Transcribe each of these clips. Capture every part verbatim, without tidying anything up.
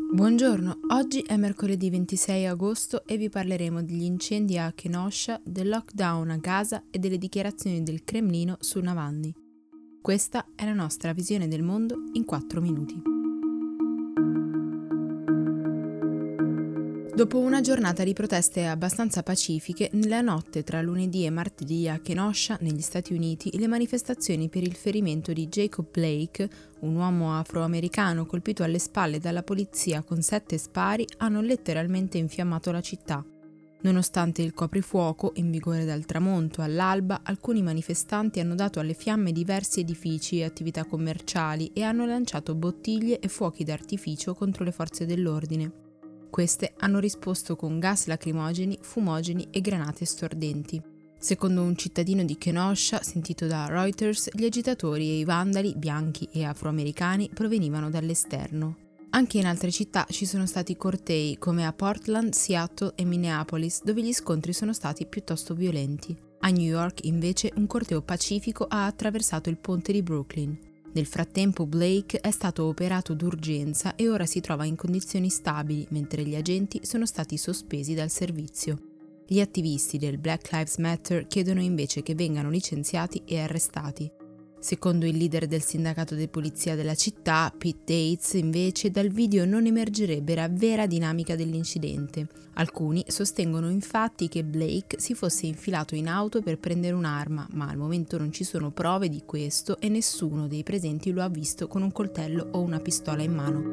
Buongiorno, oggi è mercoledì ventisei agosto e vi parleremo degli incendi a Kenosha, del lockdown a Gaza e delle dichiarazioni del Cremlino su Navalny. Questa è la nostra visione del mondo in quattro minuti. Dopo una giornata di proteste abbastanza pacifiche, nella notte tra lunedì e martedì a Kenosha, negli Stati Uniti, le manifestazioni per il ferimento di Jacob Blake, un uomo afroamericano colpito alle spalle dalla polizia con sette spari, hanno letteralmente infiammato la città. Nonostante il coprifuoco, in vigore dal tramonto all'alba, alcuni manifestanti hanno dato alle fiamme diversi edifici e attività commerciali e hanno lanciato bottiglie e fuochi d'artificio contro le forze dell'ordine. Queste hanno risposto con gas lacrimogeni, fumogeni e granate stordenti. Secondo un cittadino di Kenosha, sentito da Reuters, gli agitatori e i vandali, bianchi e afroamericani, provenivano dall'esterno. Anche in altre città ci sono stati cortei, come a Portland, Seattle e Minneapolis, dove gli scontri sono stati piuttosto violenti. A New York, invece, un corteo pacifico ha attraversato il ponte di Brooklyn. Nel frattempo Blake è stato operato d'urgenza e ora si trova in condizioni stabili, mentre gli agenti sono stati sospesi dal servizio. Gli attivisti del Black Lives Matter chiedono invece che vengano licenziati e arrestati. Secondo il leader del sindacato di polizia della città, Pete Dates, invece, dal video non emergerebbe la vera dinamica dell'incidente. Alcuni sostengono infatti che Blake si fosse infilato in auto per prendere un'arma, ma al momento non ci sono prove di questo e nessuno dei presenti lo ha visto con un coltello o una pistola in mano.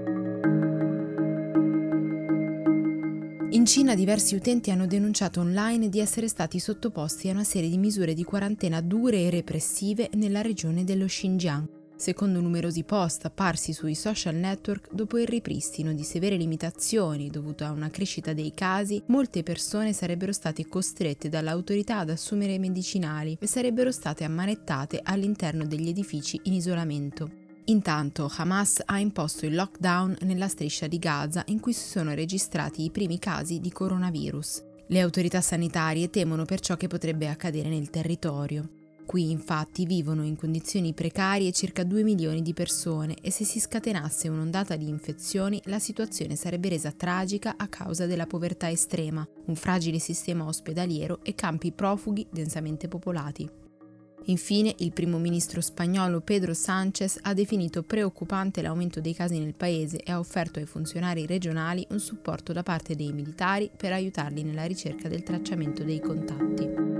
In Cina diversi utenti hanno denunciato online di essere stati sottoposti a una serie di misure di quarantena dure e repressive nella regione dello Xinjiang, secondo numerosi post apparsi sui social network dopo il ripristino di severe limitazioni dovute a una crescita dei casi. Molte persone sarebbero state costrette dall'autorità ad assumere medicinali e sarebbero state ammanettate all'interno degli edifici in isolamento. Intanto Hamas ha imposto il lockdown nella striscia di Gaza, in cui si sono registrati i primi casi di coronavirus. Le autorità sanitarie temono per ciò che potrebbe accadere nel territorio. Qui infatti vivono in condizioni precarie circa due milioni di persone e se si scatenasse un'ondata di infezioni la situazione sarebbe resa tragica a causa della povertà estrema, un fragile sistema ospedaliero e campi profughi densamente popolati. Infine, il primo ministro spagnolo Pedro Sánchez ha definito preoccupante l'aumento dei casi nel paese e ha offerto ai funzionari regionali un supporto da parte dei militari per aiutarli nella ricerca del tracciamento dei contatti.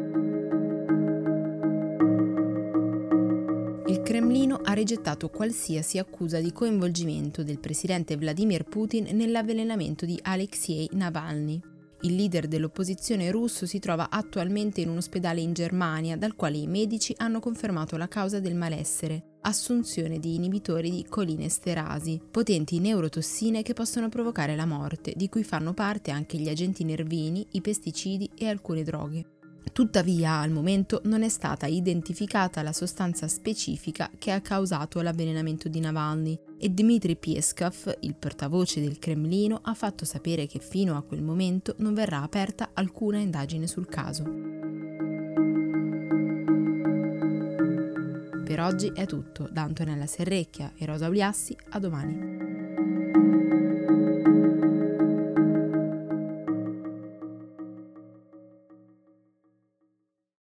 Il Cremlino ha rigettato qualsiasi accusa di coinvolgimento del presidente Vladimir Putin nell'avvelenamento di Alexei Navalny. Il leader dell'opposizione russo si trova attualmente in un ospedale in Germania, dal quale i medici hanno confermato la causa del malessere: assunzione di inibitori di colinesterasi, potenti neurotossine che possono provocare la morte, di cui fanno parte anche gli agenti nervini, i pesticidi e alcune droghe. Tuttavia, al momento non è stata identificata la sostanza specifica che ha causato l'avvelenamento di Navalny e Dmitry Peskov, il portavoce del Cremlino, ha fatto sapere che fino a quel momento non verrà aperta alcuna indagine sul caso. Per oggi è tutto. Da Antonella Serrecchia e Rosa Uliassi, a domani.